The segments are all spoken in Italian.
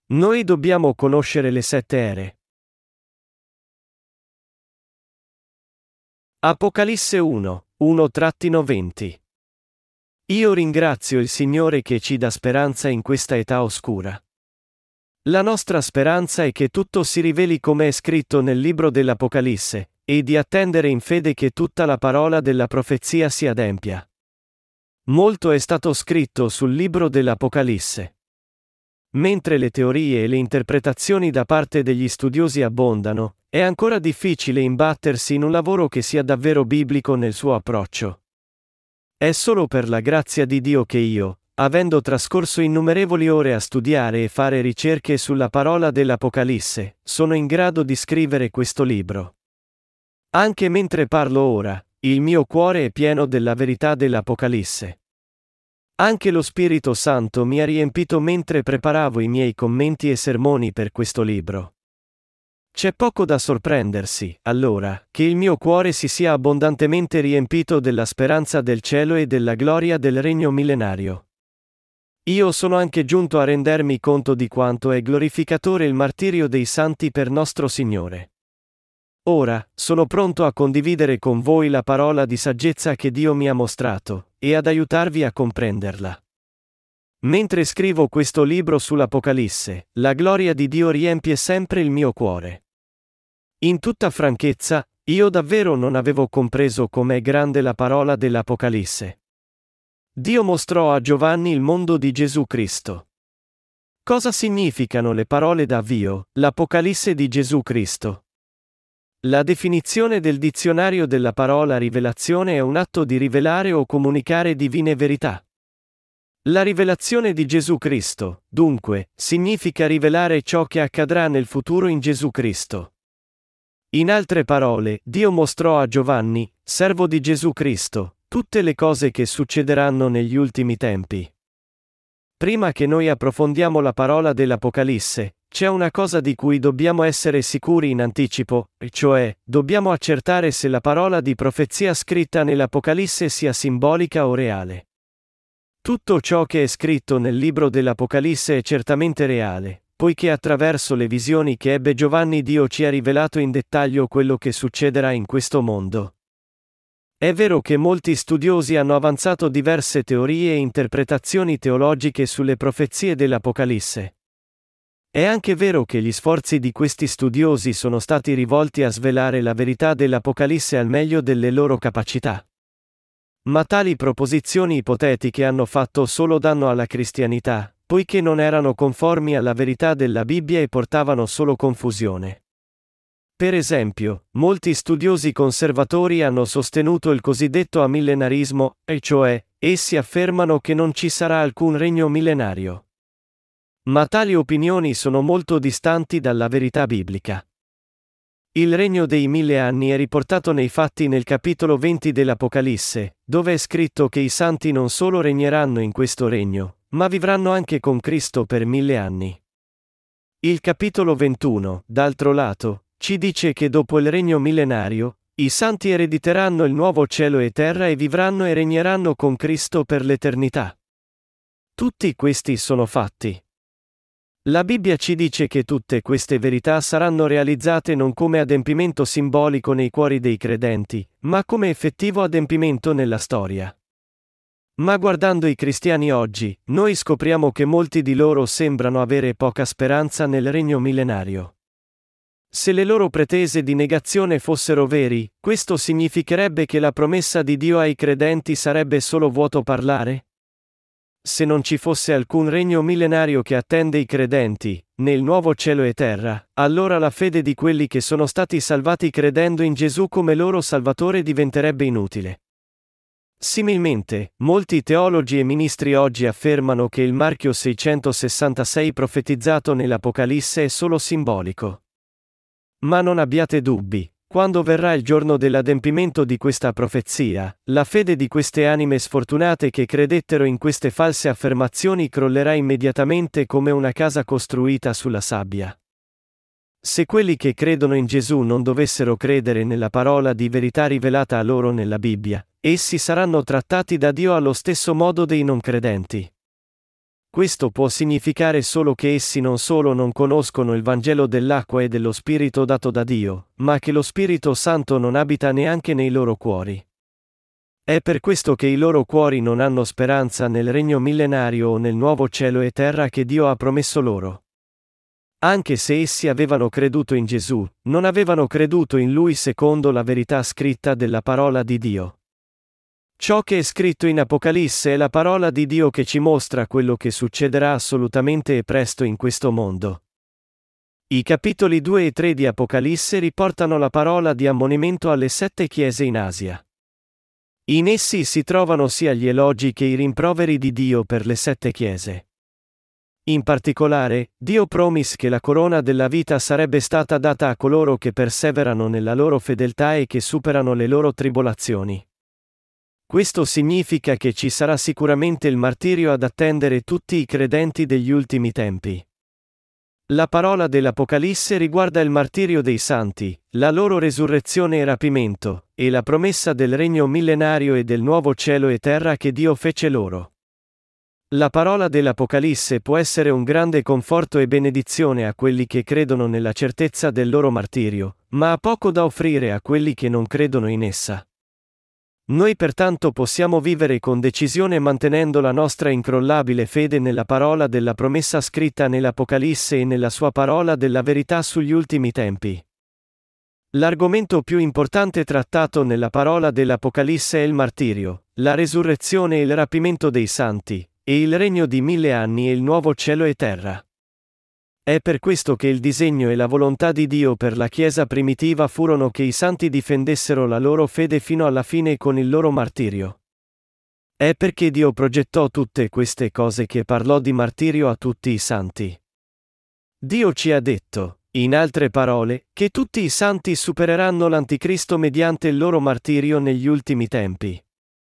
Noi dobbiamo conoscere le 7 ere. Apocalisse 1, 1-20. Io ringrazio il Signore che ci dà speranza in questa età oscura. La nostra speranza è che tutto si riveli come è scritto nel libro dell'Apocalisse, e di attendere in fede che tutta la parola della profezia si adempia. Molto è stato scritto sul libro dell'Apocalisse. Mentre le teorie e le interpretazioni da parte degli studiosi abbondano, è ancora difficile imbattersi in un lavoro che sia davvero biblico nel suo approccio. È solo per la grazia di Dio che io, avendo trascorso innumerevoli ore a studiare e fare ricerche sulla parola dell'Apocalisse, sono in grado di scrivere questo libro. Anche mentre parlo ora, il mio cuore è pieno della verità dell'Apocalisse. Anche lo Spirito Santo mi ha riempito mentre preparavo i miei commenti e sermoni per questo libro. C'è poco da sorprendersi, allora, che il mio cuore si sia abbondantemente riempito della speranza del cielo e della gloria del regno millenario. Io sono anche giunto a rendermi conto di quanto è glorificatore il martirio dei santi per nostro Signore. Ora, sono pronto a condividere con voi la parola di saggezza che Dio mi ha mostrato, e ad aiutarvi a comprenderla. Mentre scrivo questo libro sull'Apocalisse, la gloria di Dio riempie sempre il mio cuore. In tutta franchezza, io davvero non avevo compreso com'è grande la parola dell'Apocalisse. Dio mostrò a Giovanni il mondo di Gesù Cristo. Cosa significano le parole d'avvio, l'Apocalisse di Gesù Cristo? La definizione del dizionario della parola rivelazione è un atto di rivelare o comunicare divine verità. La rivelazione di Gesù Cristo, dunque, significa rivelare ciò che accadrà nel futuro in Gesù Cristo. In altre parole, Dio mostrò a Giovanni, servo di Gesù Cristo, tutte le cose che succederanno negli ultimi tempi. Prima che noi approfondiamo la parola dell'Apocalisse, c'è una cosa di cui dobbiamo essere sicuri in anticipo, e cioè, dobbiamo accertare se la parola di profezia scritta nell'Apocalisse sia simbolica o reale. Tutto ciò che è scritto nel libro dell'Apocalisse è certamente reale, poiché attraverso le visioni che ebbe Giovanni Dio ci ha rivelato in dettaglio quello che succederà in questo mondo. È vero che molti studiosi hanno avanzato diverse teorie e interpretazioni teologiche sulle profezie dell'Apocalisse. È anche vero che gli sforzi di questi studiosi sono stati rivolti a svelare la verità dell'Apocalisse al meglio delle loro capacità. Ma tali proposizioni ipotetiche hanno fatto solo danno alla cristianità, poiché non erano conformi alla verità della Bibbia e portavano solo confusione. Per esempio, molti studiosi conservatori hanno sostenuto il cosiddetto amillenarismo, e cioè, essi affermano che non ci sarà alcun regno millenario. Ma tali opinioni sono molto distanti dalla verità biblica. Il regno dei 1000 anni è riportato nei fatti nel capitolo 20 dell'Apocalisse, dove è scritto che i santi non solo regneranno in questo regno, ma vivranno anche con Cristo per 1000 anni. Il capitolo 21, d'altro lato, ci dice che dopo il regno millenario, i santi erediteranno il nuovo cielo e terra e vivranno e regneranno con Cristo per l'eternità. Tutti questi sono fatti. La Bibbia ci dice che tutte queste verità saranno realizzate non come adempimento simbolico nei cuori dei credenti, ma come effettivo adempimento nella storia. Ma guardando i cristiani oggi, noi scopriamo che molti di loro sembrano avere poca speranza nel regno millenario. Se le loro pretese di negazione fossero veri, questo significherebbe che la promessa di Dio ai credenti sarebbe solo vuoto parlare? Se non ci fosse alcun regno millenario che attende i credenti, nel nuovo cielo e terra, allora la fede di quelli che sono stati salvati credendo in Gesù come loro Salvatore diventerebbe inutile. Similmente, molti teologi e ministri oggi affermano che il marchio 666 profetizzato nell'Apocalisse è solo simbolico. Ma non abbiate dubbi. Quando verrà il giorno dell'adempimento di questa profezia, la fede di queste anime sfortunate che credettero in queste false affermazioni crollerà immediatamente come una casa costruita sulla sabbia. Se quelli che credono in Gesù non dovessero credere nella parola di verità rivelata a loro nella Bibbia, essi saranno trattati da Dio allo stesso modo dei non credenti. Questo può significare solo che essi non solo non conoscono il Vangelo dell'acqua e dello Spirito dato da Dio, ma che lo Spirito Santo non abita neanche nei loro cuori. È per questo che i loro cuori non hanno speranza nel regno millenario o nel nuovo cielo e terra che Dio ha promesso loro. Anche se essi avevano creduto in Gesù, non avevano creduto in Lui secondo la verità scritta della parola di Dio. Ciò che è scritto in Apocalisse è la parola di Dio che ci mostra quello che succederà assolutamente e presto in questo mondo. I capitoli 2 e 3 di Apocalisse riportano la parola di ammonimento alle 7 chiese in Asia. In essi si trovano sia gli elogi che i rimproveri di Dio per le 7 chiese. In particolare, Dio promise che la corona della vita sarebbe stata data a coloro che perseverano nella loro fedeltà e che superano le loro tribolazioni. Questo significa che ci sarà sicuramente il martirio ad attendere tutti i credenti degli ultimi tempi. La parola dell'Apocalisse riguarda il martirio dei santi, la loro resurrezione e rapimento, e la promessa del regno millenario e del nuovo cielo e terra che Dio fece loro. La parola dell'Apocalisse può essere un grande conforto e benedizione a quelli che credono nella certezza del loro martirio, ma ha poco da offrire a quelli che non credono in essa. Noi pertanto possiamo vivere con decisione mantenendo la nostra incrollabile fede nella parola della promessa scritta nell'Apocalisse e nella sua parola della verità sugli ultimi tempi. L'argomento più importante trattato nella parola dell'Apocalisse è il martirio, la resurrezione e il rapimento dei santi, e il regno di 1000 anni e il nuovo cielo e terra. È per questo che il disegno e la volontà di Dio per la Chiesa primitiva furono che i santi difendessero la loro fede fino alla fine con il loro martirio. È perché Dio progettò tutte queste cose che parlò di martirio a tutti i santi. Dio ci ha detto, in altre parole, che tutti i santi supereranno l'Anticristo mediante il loro martirio negli ultimi tempi.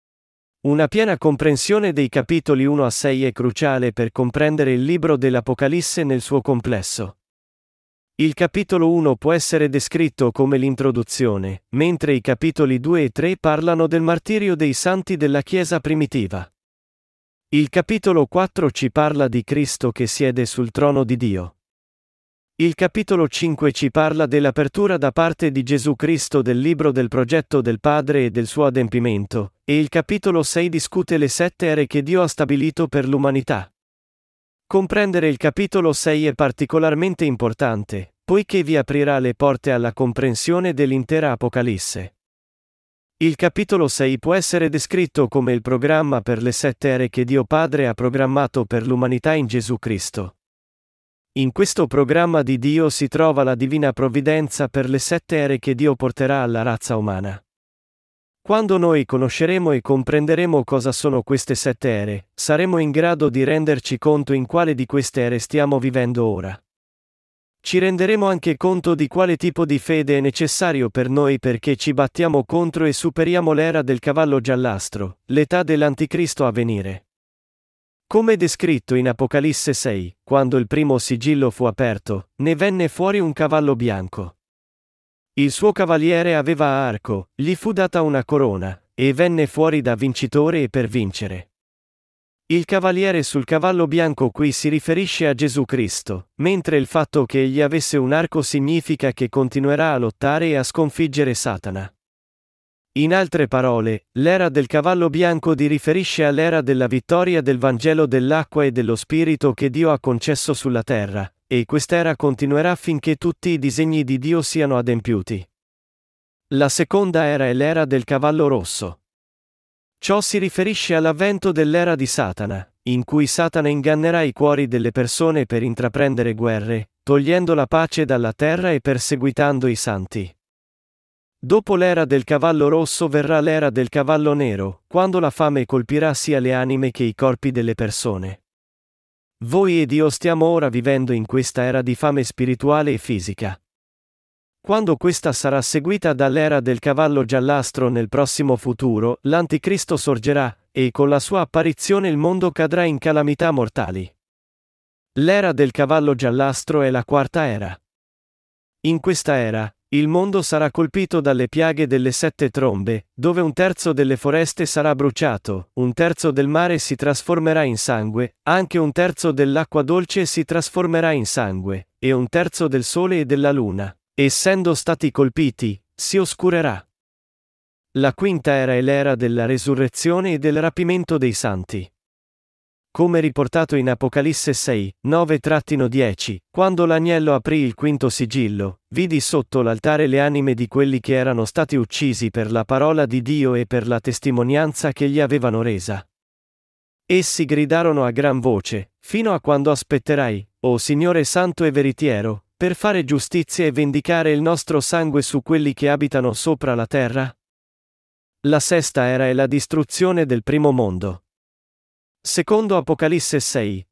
Una piena comprensione dei capitoli 1 a 6 è cruciale per comprendere il libro dell'Apocalisse nel suo complesso. Il capitolo 1 può essere descritto come l'introduzione, mentre i capitoli 2 e 3 parlano del martirio dei santi della Chiesa primitiva. Il capitolo 4 ci parla di Cristo che siede sul trono di Dio. Il capitolo 5 ci parla dell'apertura da parte di Gesù Cristo del libro del progetto del Padre e del suo adempimento, e il capitolo 6 discute le 7 ere che Dio ha stabilito per l'umanità. Comprendere il capitolo 6 è particolarmente importante, poiché vi aprirà le porte alla comprensione dell'intera Apocalisse. Il capitolo 6 può essere descritto come il programma per le 7 ere che Dio Padre ha programmato per l'umanità in Gesù Cristo. In questo programma di Dio si trova la divina provvidenza per le 7 ere che Dio porterà alla razza umana. Quando noi conosceremo e comprenderemo cosa sono queste 7 ere, saremo in grado di renderci conto in quale di queste ere stiamo vivendo ora. Ci renderemo anche conto di quale tipo di fede è necessario per noi perché ci battiamo contro e superiamo l'era del cavallo giallastro, l'età dell'Anticristo a venire. Come descritto in Apocalisse 6, quando il primo sigillo fu aperto, ne venne fuori un cavallo bianco. Il suo cavaliere aveva arco, gli fu data una corona, e venne fuori da vincitore e per vincere. Il cavaliere sul cavallo bianco qui si riferisce a Gesù Cristo, mentre il fatto che egli avesse un arco significa che continuerà a lottare e a sconfiggere Satana. In altre parole, l'era del cavallo bianco si riferisce all'era della vittoria del Vangelo dell'acqua e dello Spirito che Dio ha concesso sulla terra, e quest'era continuerà finché tutti i disegni di Dio siano adempiuti. La seconda era è l'era del cavallo rosso. Ciò si riferisce all'avvento dell'era di Satana, in cui Satana ingannerà i cuori delle persone per intraprendere guerre, togliendo la pace dalla terra e perseguitando i santi. Dopo l'era del cavallo rosso verrà l'era del cavallo nero, quando la fame colpirà sia le anime che i corpi delle persone. Voi ed io stiamo ora vivendo in questa era di fame spirituale e fisica. Quando questa sarà seguita dall'era del cavallo giallastro nel prossimo futuro, l'Anticristo sorgerà, e con la sua apparizione il mondo cadrà in calamità mortali. L'era del cavallo giallastro è la quarta era. In questa era, il mondo sarà colpito dalle piaghe delle 7 trombe, dove 1/3 delle foreste sarà bruciato, 1/3 del mare si trasformerà in sangue, anche 1/3 dell'acqua dolce si trasformerà in sangue, e 1/3 del sole e della luna, essendo stati colpiti, si oscurerà. La quinta era è l'era della resurrezione e del rapimento dei santi. Come riportato in Apocalisse 6, 9-10, quando l'agnello aprì il quinto sigillo, vidi sotto l'altare le anime di quelli che erano stati uccisi per la parola di Dio e per la testimonianza che gli avevano resa. Essi gridarono a gran voce, fino a quando aspetterai, o Signore Santo e Veritiero, per fare giustizia e vendicare il nostro sangue su quelli che abitano sopra la terra? La sesta era è la distruzione del primo mondo. Secondo Apocalisse 6,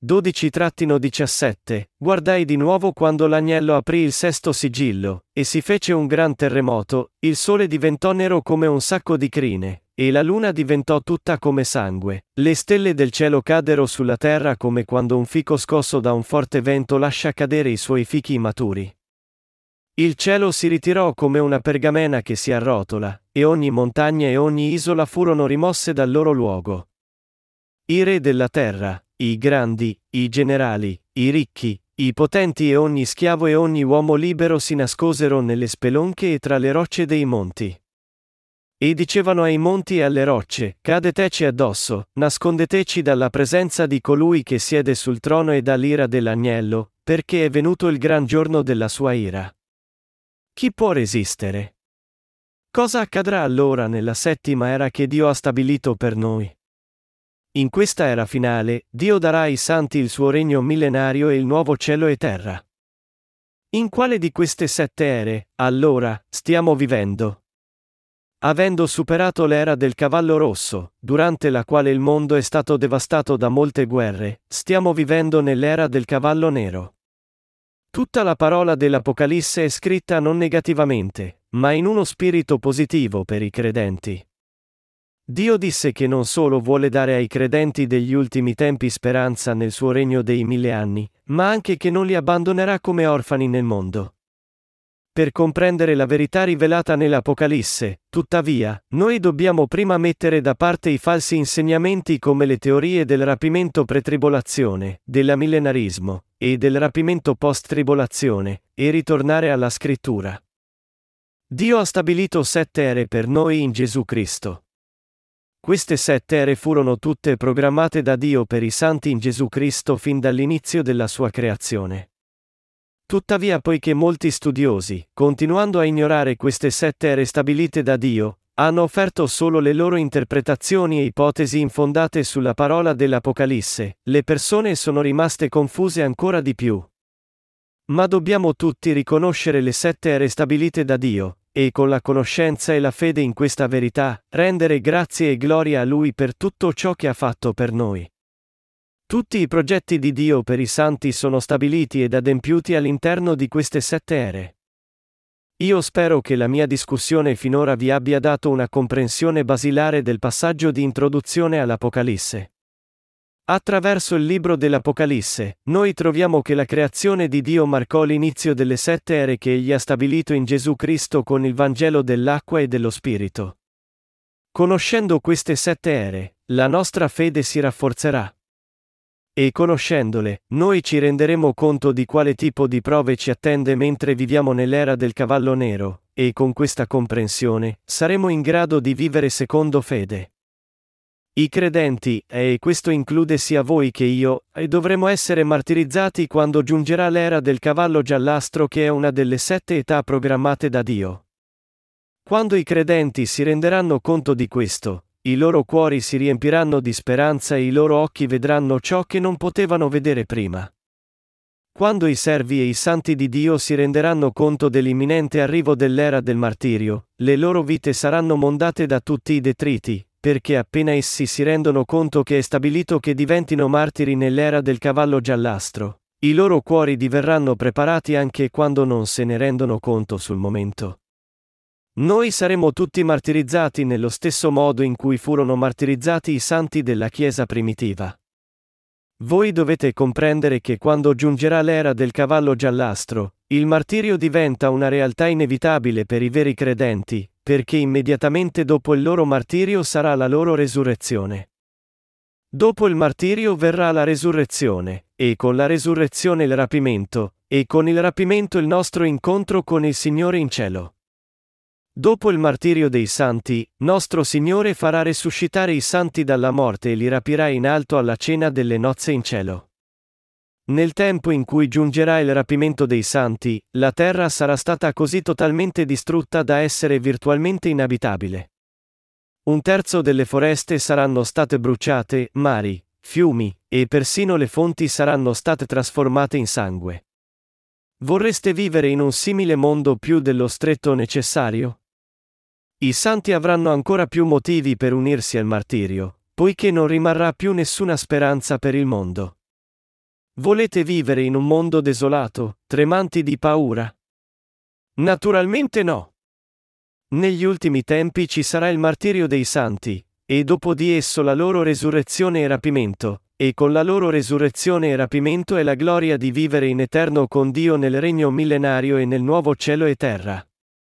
12-17, guardai di nuovo quando l'agnello aprì il sesto sigillo, e si fece un gran terremoto, il sole diventò nero come un sacco di crine, e la luna diventò tutta come sangue, le stelle del cielo caddero sulla terra come quando un fico scosso da un forte vento lascia cadere i suoi fichi maturi. Il cielo si ritirò come una pergamena che si arrotola, e ogni montagna e ogni isola furono rimosse dal loro luogo. I re della terra, i grandi, i generali, i ricchi, i potenti e ogni schiavo e ogni uomo libero si nascosero nelle spelonche e tra le rocce dei monti. E dicevano ai monti e alle rocce, cadeteci addosso, nascondeteci dalla presenza di colui che siede sul trono e dall'ira dell'agnello, perché è venuto il gran giorno della sua ira. Chi può resistere? Cosa accadrà allora nella settima era che Dio ha stabilito per noi? In questa era finale, Dio darà ai santi il suo regno millenario e il nuovo cielo e terra. In quale di queste 7 ere, allora, stiamo vivendo? Avendo superato l'era del cavallo rosso, durante la quale il mondo è stato devastato da molte guerre, stiamo vivendo nell'era del cavallo nero. Tutta la parola dell'Apocalisse è scritta non negativamente, ma in uno spirito positivo per i credenti. Dio disse che non solo vuole dare ai credenti degli ultimi tempi speranza nel suo regno dei 1000 anni, ma anche che non li abbandonerà come orfani nel mondo. Per comprendere la verità rivelata nell'Apocalisse, tuttavia, noi dobbiamo prima mettere da parte i falsi insegnamenti come le teorie del rapimento pre-tribolazione, dell'amillenarismo, e del rapimento post-tribolazione, e ritornare alla Scrittura. Dio ha stabilito 7 ere per noi in Gesù Cristo. Queste 7 ere furono tutte programmate da Dio per i santi in Gesù Cristo fin dall'inizio della sua creazione. Tuttavia, poiché molti studiosi, continuando a ignorare queste 7 ere stabilite da Dio, hanno offerto solo le loro interpretazioni e ipotesi infondate sulla parola dell'Apocalisse, le persone sono rimaste confuse ancora di più. Ma dobbiamo tutti riconoscere le 7 ere stabilite da Dio, e con la conoscenza e la fede in questa verità, rendere grazie e gloria a Lui per tutto ciò che ha fatto per noi. Tutti i progetti di Dio per i santi sono stabiliti ed adempiuti all'interno di queste 7 ere. Io spero che la mia discussione finora vi abbia dato una comprensione basilare del passaggio di introduzione all'Apocalisse. Attraverso il libro dell'Apocalisse, noi troviamo che la creazione di Dio marcò l'inizio delle 7 ere che Egli ha stabilito in Gesù Cristo con il Vangelo dell'acqua e dello Spirito. Conoscendo queste 7 ere, la nostra fede si rafforzerà. E conoscendole, noi ci renderemo conto di quale tipo di prove ci attende mentre viviamo nell'era del cavallo nero, e con questa comprensione, saremo in grado di vivere secondo fede. I credenti, e questo include sia voi che io, dovremo essere martirizzati quando giungerà l'era del cavallo giallastro che è una delle 7 età programmate da Dio. Quando i credenti si renderanno conto di questo, i loro cuori si riempiranno di speranza e i loro occhi vedranno ciò che non potevano vedere prima. Quando i servi e i santi di Dio si renderanno conto dell'imminente arrivo dell'era del martirio, le loro vite saranno mondate da tutti i detriti, perché appena essi si rendono conto che è stabilito che diventino martiri nell'era del cavallo giallastro, i loro cuori diverranno preparati anche quando non se ne rendono conto sul momento. Noi saremo tutti martirizzati nello stesso modo in cui furono martirizzati i santi della Chiesa primitiva. Voi dovete comprendere che quando giungerà l'era del cavallo giallastro, Il martirio diventa una realtà inevitabile per i veri credenti, perché immediatamente dopo il loro martirio sarà la loro resurrezione. Dopo il martirio verrà la resurrezione, e con la resurrezione il rapimento, e con il rapimento il nostro incontro con il Signore in cielo. Dopo il martirio dei santi, nostro Signore farà risuscitare i santi dalla morte e li rapirà in alto alla cena delle nozze in cielo. Nel tempo in cui giungerà il rapimento dei santi, la terra sarà stata così totalmente distrutta da essere virtualmente inabitabile. 1/3 delle foreste saranno state bruciate, mari, fiumi, e persino le fonti saranno state trasformate in sangue. Vorreste vivere in un simile mondo più dello stretto necessario? I santi avranno ancora più motivi per unirsi al martirio, poiché non rimarrà più nessuna speranza per il mondo. Volete vivere in un mondo desolato, tremanti di paura? Naturalmente no. Negli ultimi tempi ci sarà il martirio dei santi, e dopo di esso la loro resurrezione e rapimento, e con la loro resurrezione e rapimento è la gloria di vivere in eterno con Dio nel regno millenario e nel nuovo cielo e terra.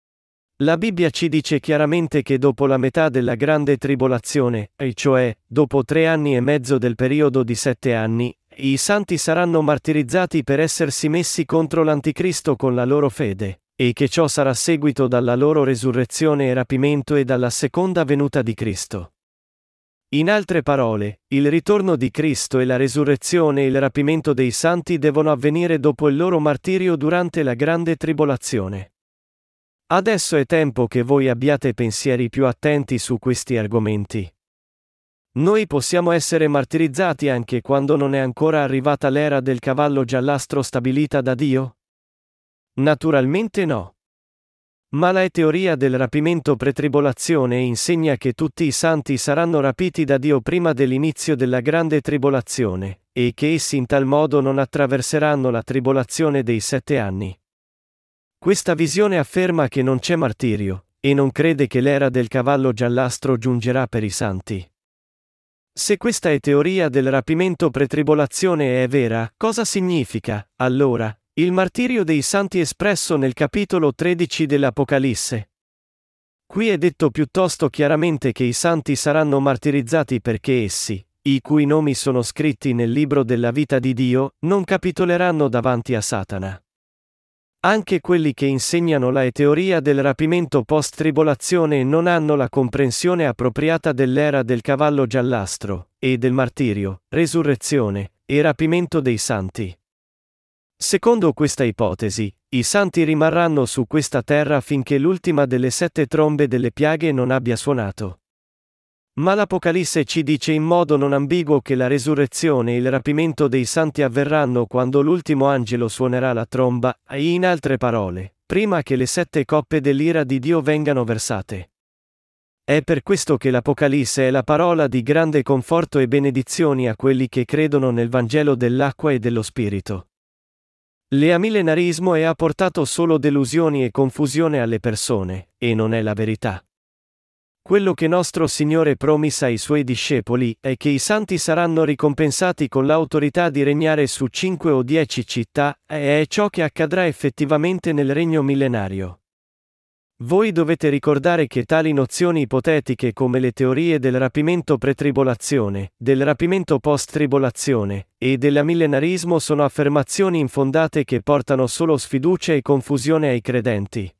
La Bibbia ci dice chiaramente che dopo la metà della grande tribolazione, e cioè, dopo 3 anni e mezzo del periodo di 7 anni, i santi saranno martirizzati per essersi messi contro l'Anticristo con la loro fede, e che ciò sarà seguito dalla loro resurrezione e rapimento e dalla seconda venuta di Cristo. In altre parole, il ritorno di Cristo e la resurrezione e il rapimento dei santi devono avvenire dopo il loro martirio durante la grande tribolazione. Adesso è tempo che voi abbiate pensieri più attenti su questi argomenti. Noi possiamo essere martirizzati anche quando non è ancora arrivata l'era del cavallo giallastro stabilita da Dio? Naturalmente no. Ma la teoria del rapimento pretribolazione insegna che tutti i santi saranno rapiti da Dio prima dell'inizio della grande tribolazione, e che essi in tal modo non attraverseranno la tribolazione dei 7 anni. Questa visione afferma che non c'è martirio, e non crede che l'era del cavallo giallastro giungerà per i santi. Se questa è teoria del rapimento pretribolazione è vera, cosa significa, allora, il martirio dei santi espresso nel capitolo 13 dell'Apocalisse? Qui è detto piuttosto chiaramente che i santi saranno martirizzati perché essi, i cui nomi sono scritti nel libro della vita di Dio, non capitoleranno davanti a Satana. Anche quelli che insegnano la teoria del rapimento post-tribolazione non hanno la comprensione appropriata dell'era del cavallo giallastro, e del martirio, resurrezione, e rapimento dei santi. Secondo questa ipotesi, i santi rimarranno su questa terra finché l'ultima delle 7 trombe delle piaghe non abbia suonato. Ma l'Apocalisse ci dice in modo non ambiguo che la resurrezione e il rapimento dei santi avverranno quando l'ultimo angelo suonerà la tromba, e in altre parole, prima che le 7 coppe dell'ira di Dio vengano versate. È per questo che l'Apocalisse è la parola di grande conforto e benedizioni a quelli che credono nel Vangelo dell'acqua e dello Spirito. L'amillenarismo ha portato solo delusioni e confusione alle persone, e non è la verità. Quello che nostro Signore promessa ai Suoi discepoli è che i santi saranno ricompensati con l'autorità di regnare su 5 o 10 città, e è ciò che accadrà effettivamente nel regno millenario. Voi dovete ricordare che tali nozioni ipotetiche come le teorie del rapimento pretribolazione, del rapimento post-tribolazione, e dell'amillenarismo sono affermazioni infondate che portano solo sfiducia e confusione ai credenti.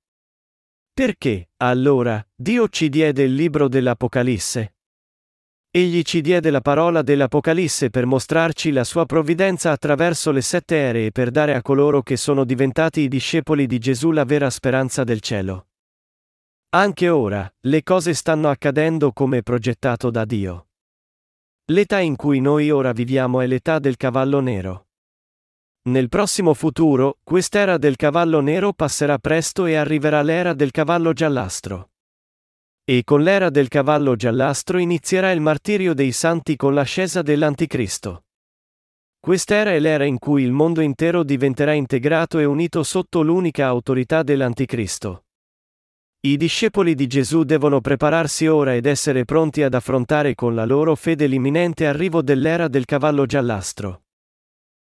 Perché, allora, Dio ci diede il libro dell'Apocalisse? Egli ci diede la parola dell'Apocalisse per mostrarci la sua provvidenza attraverso le 7 ere e per dare a coloro che sono diventati i discepoli di Gesù la vera speranza del cielo. Anche ora, le cose stanno accadendo come progettato da Dio. L'età in cui noi ora viviamo è l'età del cavallo nero. Nel prossimo futuro, quest'era del cavallo nero passerà presto e arriverà l'era del cavallo giallastro. E con l'era del cavallo giallastro inizierà il martirio dei santi con l'ascesa dell'Anticristo. Quest'era è l'era in cui il mondo intero diventerà integrato e unito sotto l'unica autorità dell'Anticristo. I discepoli di Gesù devono prepararsi ora ed essere pronti ad affrontare con la loro fede l'imminente arrivo dell'era del cavallo giallastro.